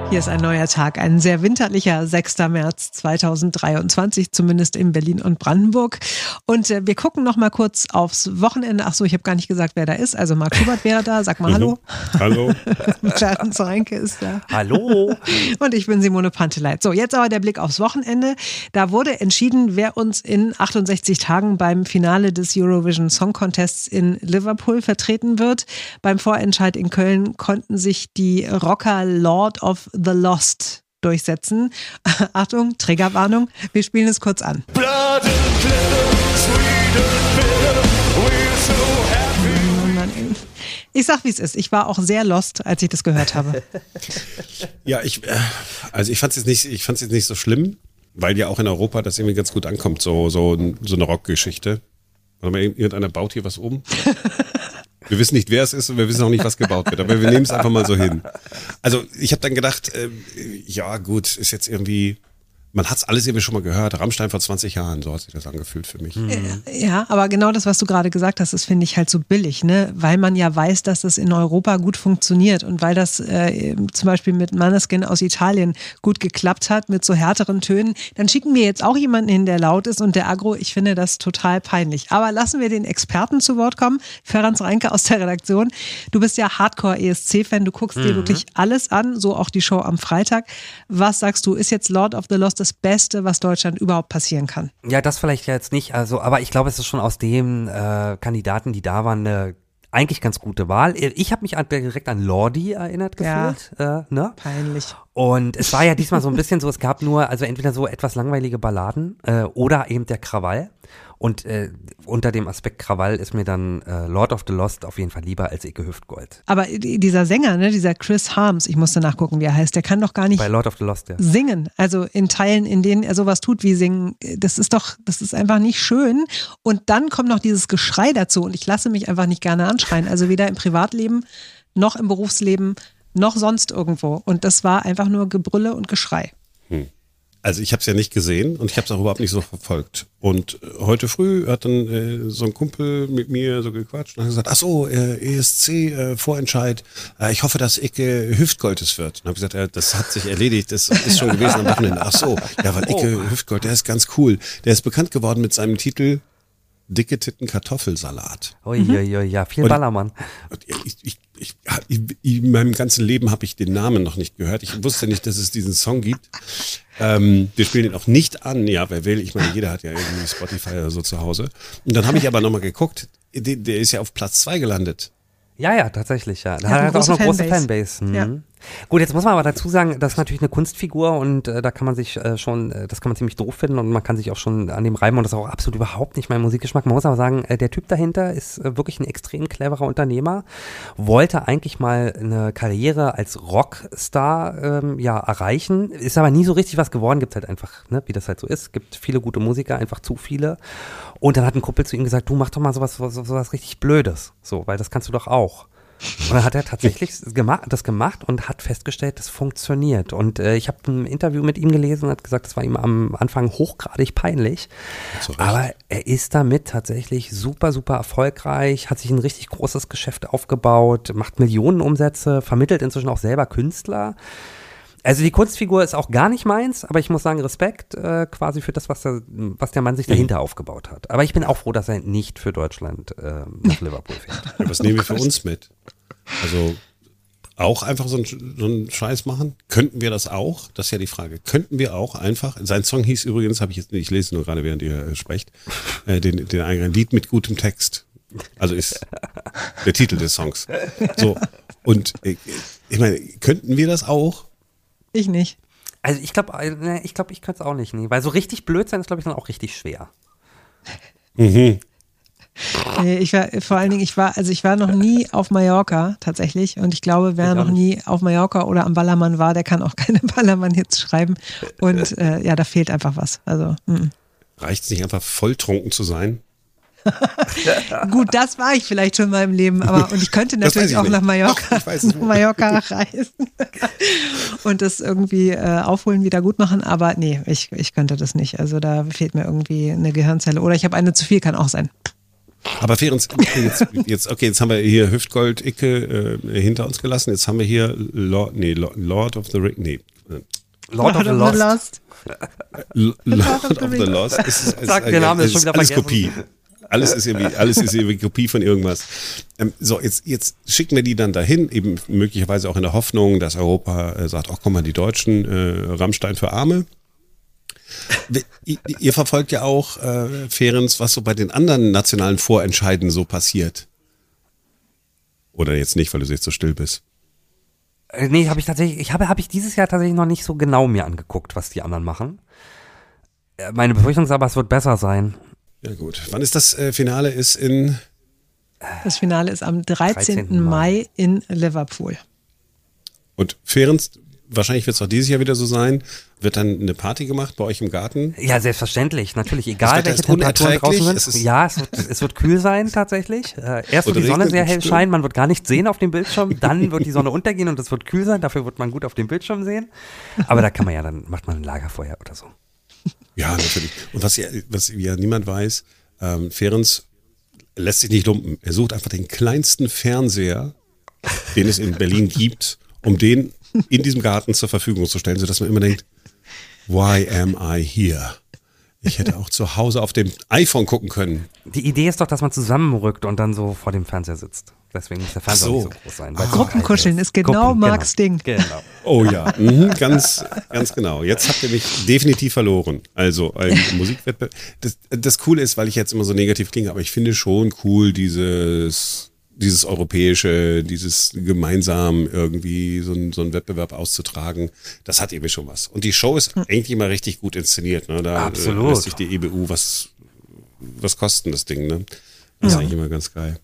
Hier ist ein neuer Tag, ein sehr winterlicher 6. März 2023, zumindest in Berlin und Brandenburg. Und wir gucken noch mal kurz aufs Wochenende. Ach so, ich habe gar nicht gesagt, wer da ist. Also Marc Schubert wäre da. Sag mal Hallo. Hallo. Clarence Reinke ist da. Hallo. Und ich bin Simone Panteleit. So, jetzt aber der Blick aufs Wochenende. Da wurde entschieden, wer uns in 68 Tagen beim Finale des Eurovision Song Contests in Liverpool vertreten wird. Beim Vorentscheid in Köln konnten sich die Rocker Lord of the Lost durchsetzen. Achtung, Triggerwarnung, wir spielen es kurz an. Blood and glitter, sweet and bitter, we're so happy. Ich sag, wie es ist. Ich war auch sehr lost, als ich das gehört habe. Ja, ich fand es jetzt nicht so schlimm, weil ja auch in Europa das irgendwie ganz gut ankommt, so eine Rockgeschichte. Warte mal, irgendeiner baut hier was um. Wir wissen nicht, wer es ist und wir wissen auch nicht, was gebaut wird, aber wir nehmen es einfach mal so hin. Also ich habe dann gedacht, ja gut, ist jetzt irgendwie, man hat es alles irgendwie schon mal gehört, Rammstein vor 20 Jahren, so hat sich das angefühlt für mich. Ja, aber genau das, was du gerade gesagt hast, das finde ich halt so billig, ne? Weil man ja weiß, dass das in Europa gut funktioniert und weil das zum Beispiel mit Måneskin aus Italien gut geklappt hat, mit so härteren Tönen, dann schicken wir jetzt auch jemanden hin, der laut ist und der Agro, ich finde das total peinlich. Aber lassen wir den Experten zu Wort kommen, Ferenc Reinke aus der Redaktion. Du bist ja Hardcore-ESC-Fan, du guckst dir wirklich alles an, so auch die Show am Freitag. Was sagst du, ist jetzt Lord of the Lost das Beste, was Deutschland überhaupt passieren kann? Ja, das vielleicht ja jetzt nicht, also, aber ich glaube, es ist schon aus den Kandidaten, die da waren, eine eigentlich ganz gute Wahl. Ich habe mich direkt an Lordi erinnert gefühlt. Ne? Peinlich. Und es war ja diesmal so ein bisschen so, es gab nur, also entweder so etwas langweilige Balladen oder eben der Krawall. Und unter dem Aspekt Krawall ist mir dann Lord of the Lost auf jeden Fall lieber als Icke Hüftgold. Aber dieser Sänger, ne, dieser Chris Harms, ich musste nachgucken, wie er heißt, der kann doch gar nicht Bei Lord of the Lost, ja. singen. Also in Teilen, in denen er sowas tut wie singen, das ist einfach nicht schön. Und dann kommt noch dieses Geschrei dazu und ich lasse mich einfach nicht gerne anschreien. Also weder im Privatleben noch im Berufsleben noch sonst irgendwo. Und das war einfach nur Gebrülle und Geschrei. Also ich habe es ja nicht gesehen und ich habe es auch überhaupt nicht so verfolgt. Und heute früh hat dann so ein Kumpel mit mir so gequatscht und hat gesagt, ach so, ESC, Vorentscheid, ich hoffe, dass Icke Hüftgold es wird. Und habe gesagt, das hat sich erledigt, das ist schon gewesen am Wochenende. Ach so, ja, weil Icke Hüftgold, der ist ganz cool. Der ist bekannt geworden mit seinem Titel Dicke Titten Kartoffelsalat. Ja, viel Ballermann. In meinem ganzen Leben habe ich den Namen noch nicht gehört. Ich wusste nicht, dass es diesen Song gibt. Wir spielen ihn auch nicht an. Ja, wer will? Ich meine, jeder hat ja irgendwie Spotify oder so zu Hause. Und dann habe ich aber nochmal geguckt. Der ist ja auf Platz 2 gelandet. Ja, tatsächlich, ja. Da hat er auch eine große Fanbase. Ja. Gut, jetzt muss man aber dazu sagen, das ist natürlich eine Kunstfigur und da kann man sich das kann man ziemlich doof finden und man kann sich auch schon an dem reiben und das ist auch absolut überhaupt nicht mein Musikgeschmack. Man muss aber sagen, der Typ dahinter ist wirklich ein extrem cleverer Unternehmer, wollte eigentlich mal eine Karriere als Rockstar erreichen, ist aber nie so richtig was geworden, gibt's halt einfach, ne, wie das halt so ist, gibt viele gute Musiker, einfach zu viele. Und dann hat ein Kumpel zu ihm gesagt, du mach doch mal sowas richtig Blödes, so, weil das kannst du doch auch. Und dann hat er tatsächlich das gemacht und hat festgestellt, das funktioniert. Und ich habe ein Interview mit ihm gelesen und hat gesagt, das war ihm am Anfang hochgradig peinlich. Aber er ist damit tatsächlich super, super erfolgreich, hat sich ein richtig großes Geschäft aufgebaut, macht Millionen Umsätze, vermittelt inzwischen auch selber Künstler. Also die Kunstfigur ist auch gar nicht meins, aber ich muss sagen, Respekt quasi für das, was der Mann sich dahinter aufgebaut hat. Aber ich bin auch froh, dass er nicht für Deutschland nach Liverpool fährt. Ja, was nehmen wir für uns mit? Also auch einfach so einen Scheiß machen? Könnten wir das auch? Das ist ja die Frage. Könnten wir auch einfach, sein Song hieß übrigens, ich lese nur gerade, während ihr sprecht, den eigenen Lied mit gutem Text. Also ist der Titel des Songs. So, und ich meine, könnten wir das auch? Ich nicht. Also ich glaube, ich könnte es auch nicht, nee. Weil so richtig blöd sein ist, glaube ich, dann auch richtig schwer. Nee, ich war noch nie auf Mallorca tatsächlich und ich glaube, wer noch nie auf Mallorca oder am Ballermann war, der kann auch keine Ballermann-Hits schreiben und da fehlt einfach was. Also reicht es nicht einfach volltrunken zu sein? Gut, das war ich vielleicht schon mal im Leben, und ich könnte natürlich auch nach Mallorca reisen und das irgendwie aufholen, wieder gut machen, aber nee, ich könnte das nicht. Also da fehlt mir irgendwie eine Gehirnzelle oder ich habe eine zu viel, kann auch sein. Aber Ferenc, jetzt haben wir hier Hüftgold-Icke hinter uns gelassen. Jetzt haben wir hier Lord of the Ring. Nee. Lord of the Lost. Lord of the Lost. Sag den Namen, ist schon wieder alles vergessen. Kopie. Alles ist irgendwie Kopie von irgendwas. So, jetzt schicken wir die dann dahin, eben möglicherweise auch in der Hoffnung, dass Europa sagt, ach komm mal, die Deutschen, Rammstein für Arme. Ihr verfolgt ja auch, Ferenc, was so bei den anderen nationalen Vorentscheiden so passiert. Oder jetzt nicht, weil du jetzt so still bist. Nee, habe ich dieses Jahr tatsächlich noch nicht so genau mir angeguckt, was die anderen machen. Meine Befürchtung ist aber, es wird besser sein. Ja gut. Wann ist das Finale? Das Finale ist am 13. Mai in Liverpool. Und Ferenc, wahrscheinlich wird es auch dieses Jahr wieder so sein, wird dann eine Party gemacht bei euch im Garten? Ja, selbstverständlich. Natürlich, egal welche ist Temperaturen draußen unerträglich. sind. Ja, es wird kühl sein tatsächlich. Erst wird Oder die Sonne regnet sehr und hell stürmt. scheinen, man wird gar nichts sehen auf dem Bildschirm. Dann wird die Sonne untergehen und es wird kühl sein. Dafür wird man gut auf dem Bildschirm sehen. Aber da kann man ja, dann macht man ein Lagerfeuer oder so. Ja, natürlich. Und was ja niemand weiß, Ferenc lässt sich nicht lumpen. Er sucht einfach den kleinsten Fernseher, den es in Berlin gibt, um den in diesem Garten zur Verfügung zu stellen, sodass man immer denkt, why am I here? Ich hätte auch zu Hause auf dem iPhone gucken können. Die Idee ist doch, dass man zusammenrückt und dann so vor dem Fernseher sitzt. Deswegen muss der Fernseher nicht so groß sein. weil's so Gruppenkuscheln kalt ist genau Marks Ding. Genau. Oh ja, ganz genau. Jetzt habt ihr mich definitiv verloren. Also ein Musikwettbewerb. Das Coole ist, weil ich jetzt immer so negativ klinge, aber ich finde schon cool dieses europäische, dieses gemeinsam irgendwie so ein Wettbewerb auszutragen. Das hat irgendwie schon was. Und die Show ist eigentlich immer richtig gut inszeniert. Ne? Da Absolut. lässt sich die EBU was kosten, das Ding. Ne? Das ist eigentlich immer ganz geil.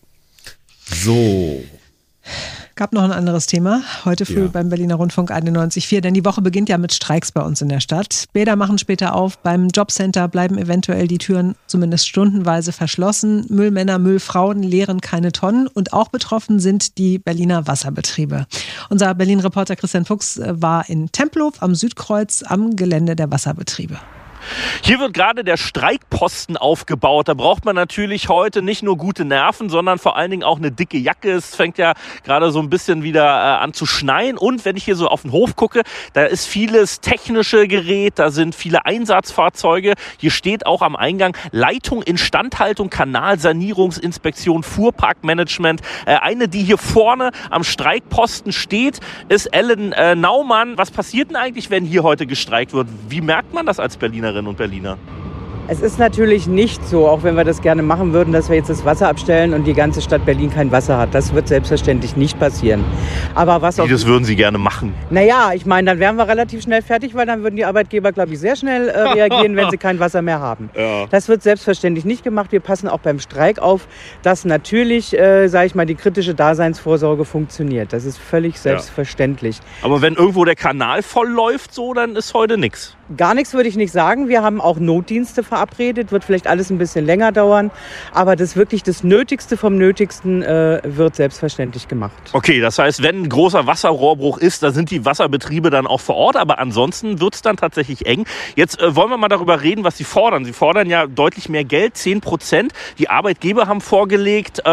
So. Gab noch ein anderes Thema heute früh Ja. beim Berliner Rundfunk 91.4, denn die Woche beginnt ja mit Streiks bei uns in der Stadt. Bäder machen später auf, beim Jobcenter bleiben eventuell die Türen zumindest stundenweise verschlossen. Müllmänner, Müllfrauen leeren keine Tonnen und auch betroffen sind die Berliner Wasserbetriebe. Unser Berlin-Reporter Christian Fuchs war in Tempelhof am Südkreuz am Gelände der Wasserbetriebe. Hier wird gerade der Streikposten aufgebaut. Da braucht man natürlich heute nicht nur gute Nerven, sondern vor allen Dingen auch eine dicke Jacke. Es fängt ja gerade so ein bisschen wieder an zu schneien. Und wenn ich hier so auf den Hof gucke, da ist vieles technische Gerät, da sind viele Einsatzfahrzeuge. Hier steht auch am Eingang Leitung, Instandhaltung, Kanalsanierungsinspektion, Fuhrparkmanagement. Eine, die hier vorne am Streikposten steht, ist Ellen Naumann. Was passiert denn eigentlich, wenn hier heute gestreikt wird? Wie merkt man das als Berlinerinnen und Berliner? Es ist natürlich nicht so, auch wenn wir das gerne machen würden, dass wir jetzt das Wasser abstellen und die ganze Stadt Berlin kein Wasser hat. Das wird selbstverständlich nicht passieren. Aber was auch, Das würden Sie gerne machen. naja, ich meine, dann wären wir relativ schnell fertig, weil dann würden die Arbeitgeber, glaube ich, sehr schnell reagieren, wenn sie kein Wasser mehr haben. Ja. Das wird selbstverständlich nicht gemacht. Wir passen auch beim Streik auf, dass natürlich, sage ich mal, die kritische Daseinsvorsorge funktioniert. Das ist völlig selbstverständlich. Aber wenn irgendwo der Kanal voll läuft, so, dann ist heute nichts. Gar nichts würde ich nicht sagen. Wir haben auch Notdienste verabredet. Wird vielleicht alles ein bisschen länger dauern. Aber das wirklich das Nötigste vom Nötigsten wird selbstverständlich gemacht. Okay, das heißt, wenn ein großer Wasserrohrbruch ist, da sind die Wasserbetriebe dann auch vor Ort. Aber ansonsten wird es dann tatsächlich eng. Jetzt wollen wir mal darüber reden, was Sie fordern. Sie fordern ja deutlich mehr Geld, 10%. Die Arbeitgeber haben vorgelegt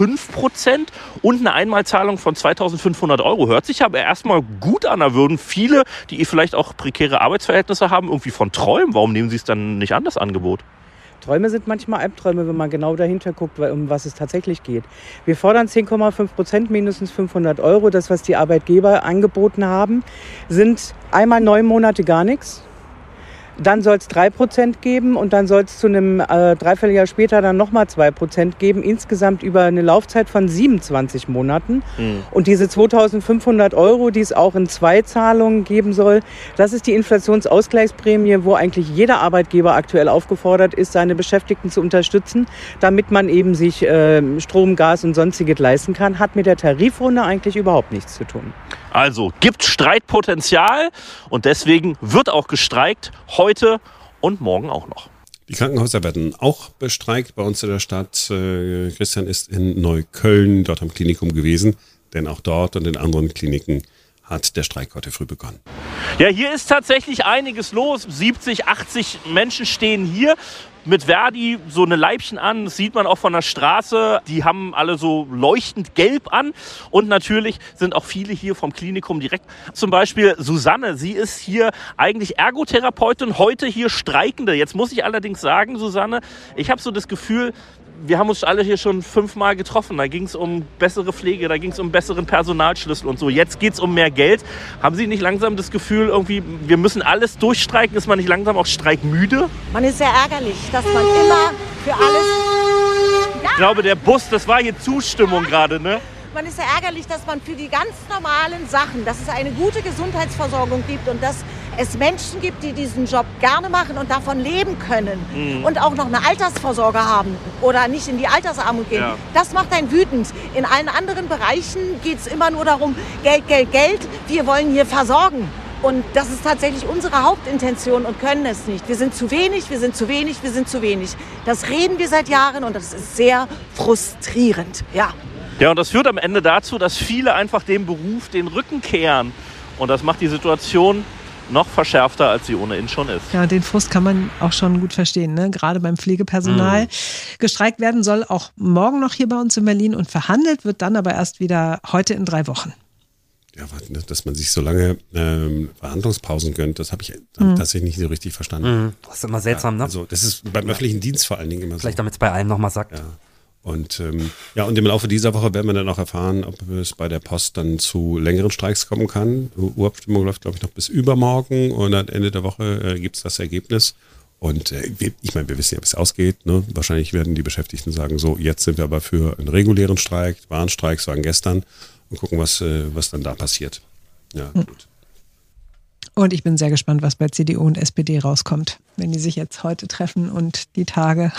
5% und eine Einmalzahlung von 2.500 €. Hört sich aber erstmal gut an. Da würden viele, die vielleicht auch prekäre Arbeitsverhältnisse haben, irgendwie von träumen. Warum nehmen Sie es dann nicht an, das Angebot? Träume sind manchmal Albträume, wenn man genau dahinter guckt, um was es tatsächlich geht. Wir fordern 10,5%, mindestens 500 €. Das, was die Arbeitgeber angeboten haben, sind einmal 9 Monate gar nichts. Dann soll es 3% geben und dann soll es zu einem Dreivierteljahr später dann nochmal 2% geben. Insgesamt über eine Laufzeit von 27 Monaten. Und diese 2.500 €, die es auch in 2 Zahlungen geben soll, das ist die Inflationsausgleichsprämie, wo eigentlich jeder Arbeitgeber aktuell aufgefordert ist, seine Beschäftigten zu unterstützen, damit man eben sich Strom, Gas und sonstiges leisten kann. Hat mit der Tarifrunde eigentlich überhaupt nichts zu tun. Also gibt Streitpotenzial und deswegen wird auch gestreikt, heute und morgen auch noch. Die Krankenhäuser werden auch bestreikt bei uns in der Stadt. Christian ist in Neukölln, dort am Klinikum gewesen, denn auch dort und in anderen Kliniken hat der Streik heute früh begonnen. Ja, hier ist tatsächlich einiges los. 70, 80 Menschen stehen hier mit Verdi so eine Leibchen an. Das sieht man auch von der Straße. Die haben alle so leuchtend gelb an. Und natürlich sind auch viele hier vom Klinikum direkt. Zum Beispiel Susanne, sie ist hier eigentlich Ergotherapeutin, heute hier Streikende. Jetzt muss ich allerdings sagen, Susanne, ich habe so das Gefühl, wir haben uns alle hier schon 5-mal getroffen. Da ging es um bessere Pflege, da ging es um besseren Personalschlüssel und so. Jetzt geht es um mehr Geld. Haben Sie nicht langsam das Gefühl, irgendwie, wir müssen alles durchstreiken? Ist man nicht langsam auch streikmüde? Man ist sehr ärgerlich, dass man immer für alles... Ich glaube, der Bus, das war hier Zustimmung gerade, ne? Man ist sehr ärgerlich, dass man für die ganz normalen Sachen, dass es eine gute Gesundheitsversorgung gibt und dass es Menschen gibt, die diesen Job gerne machen und davon leben können und auch noch eine Altersvorsorge haben oder nicht in die Altersarmut gehen. Ja. Das macht einen wütend. In allen anderen Bereichen geht es immer nur darum, Geld, Geld, Geld. Wir wollen hier versorgen. Und das ist tatsächlich unsere Hauptintention und können es nicht. Wir sind zu wenig, wir sind zu wenig, wir sind zu wenig. Das reden wir seit Jahren und das ist sehr frustrierend. Ja. Ja, und das führt am Ende dazu, dass viele einfach dem Beruf den Rücken kehren. Und das macht die Situation noch verschärfter, als sie ohnehin schon ist. Ja, den Frust kann man auch schon gut verstehen, ne? Gerade beim Pflegepersonal. Gestreikt werden soll auch morgen noch hier bei uns in Berlin und verhandelt wird dann aber erst wieder heute in 3 Wochen. Ja, dass man sich so lange Verhandlungspausen gönnt, das habe ich tatsächlich nicht so richtig verstanden. Das ist immer seltsam, ne? Also das ist beim öffentlichen Dienst vor allen Dingen immer so. Vielleicht damit es bei allen nochmal sagt. Ja. Und und im Laufe dieser Woche werden wir dann auch erfahren, ob es bei der Post dann zu längeren Streiks kommen kann. Urabstimmung läuft, glaube ich, noch bis übermorgen und am Ende der Woche gibt es das Ergebnis. Und ich meine, wir wissen ja, wie es ausgeht. Ne? Wahrscheinlich werden die Beschäftigten sagen, so, jetzt sind wir aber für einen regulären Streik, Warnstreiks waren gestern und gucken, was dann da passiert. Ja, gut. Und ich bin sehr gespannt, was bei CDU und SPD rauskommt, wenn die sich jetzt heute treffen und die Tage.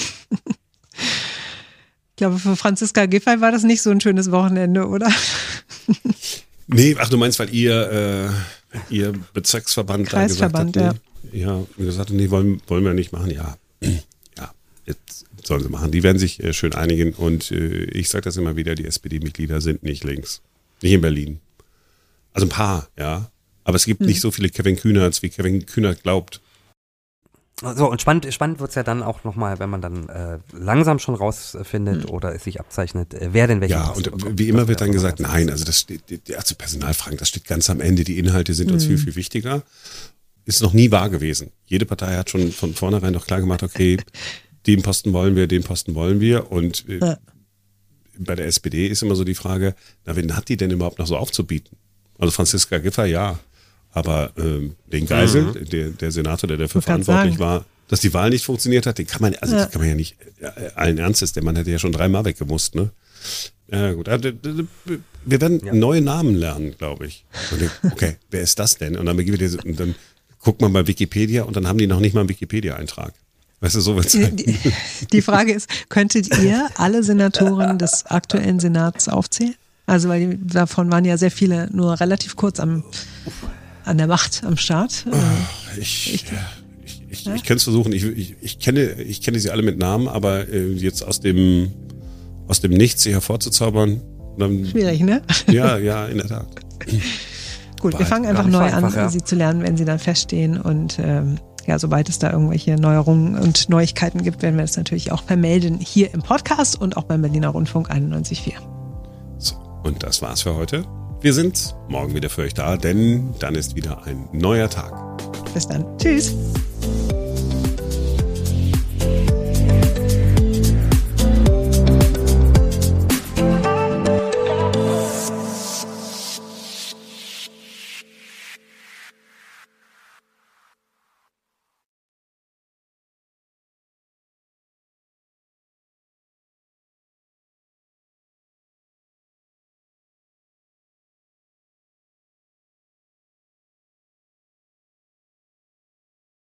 Ich glaube, für Franziska Giffey war das nicht so ein schönes Wochenende, oder? Nee, ach, du meinst, weil ihr Bezirksverband Kreisverband, da gesagt hat, nee, ja, gesagt hat, nee, wollen wir nicht machen. Ja, jetzt sollen sie machen. Die werden sich schön einigen und ich sage das immer wieder, die SPD-Mitglieder sind nicht links. Nicht in Berlin. Also ein paar, ja. Aber es gibt nicht so viele Kevin Kühnerts, wie Kevin Kühnert glaubt. So, und spannend wird es ja dann auch nochmal, wenn man dann langsam schon rausfindet oder es sich abzeichnet, wer denn welche Ja, und wie immer wird dann gesagt, nein, also das steht, also Personalfragen, das steht ganz am Ende, die Inhalte sind uns viel, viel wichtiger. Ist noch nie wahr gewesen. Jede Partei hat schon von vornherein doch klar gemacht, okay, den Posten wollen wir und bei der SPD ist immer so die Frage, na, wen hat die denn überhaupt noch so aufzubieten? Also Franziska Giffey, ja. Aber den Geisel, der Senator, der dafür verantwortlich war, dass die Wahl nicht funktioniert hat, den kann man ja nicht allen Ernstes, der Mann hätte ja schon 3-mal weggemusst, ne? Ja gut, wir werden neue Namen lernen, glaube ich. Und okay, wer ist das denn? Und dann guckt man bei Wikipedia und dann haben die noch nicht mal einen Wikipedia-Eintrag. Weißt du, so wird's sein. Die Frage ist, könntet ihr alle Senatoren des aktuellen Senats aufzählen? Also, weil davon waren ja sehr viele nur relativ kurz an der Macht am Start. Ich könnte es versuchen. Ich kenne sie alle mit Namen, aber jetzt aus dem Nichts sie hervorzuzaubern. Dann, schwierig, ne? Ja, in der Tat. Gut, wir fangen einfach neu an, sie zu lernen, wenn sie dann feststehen. Und sobald es da irgendwelche Neuerungen und Neuigkeiten gibt, werden wir das natürlich auch vermelden hier im Podcast und auch beim Berliner Rundfunk 91.4. So, und das war's für heute. Wir sind morgen wieder für euch da, denn dann ist wieder ein neuer Tag. Bis dann. Tschüss.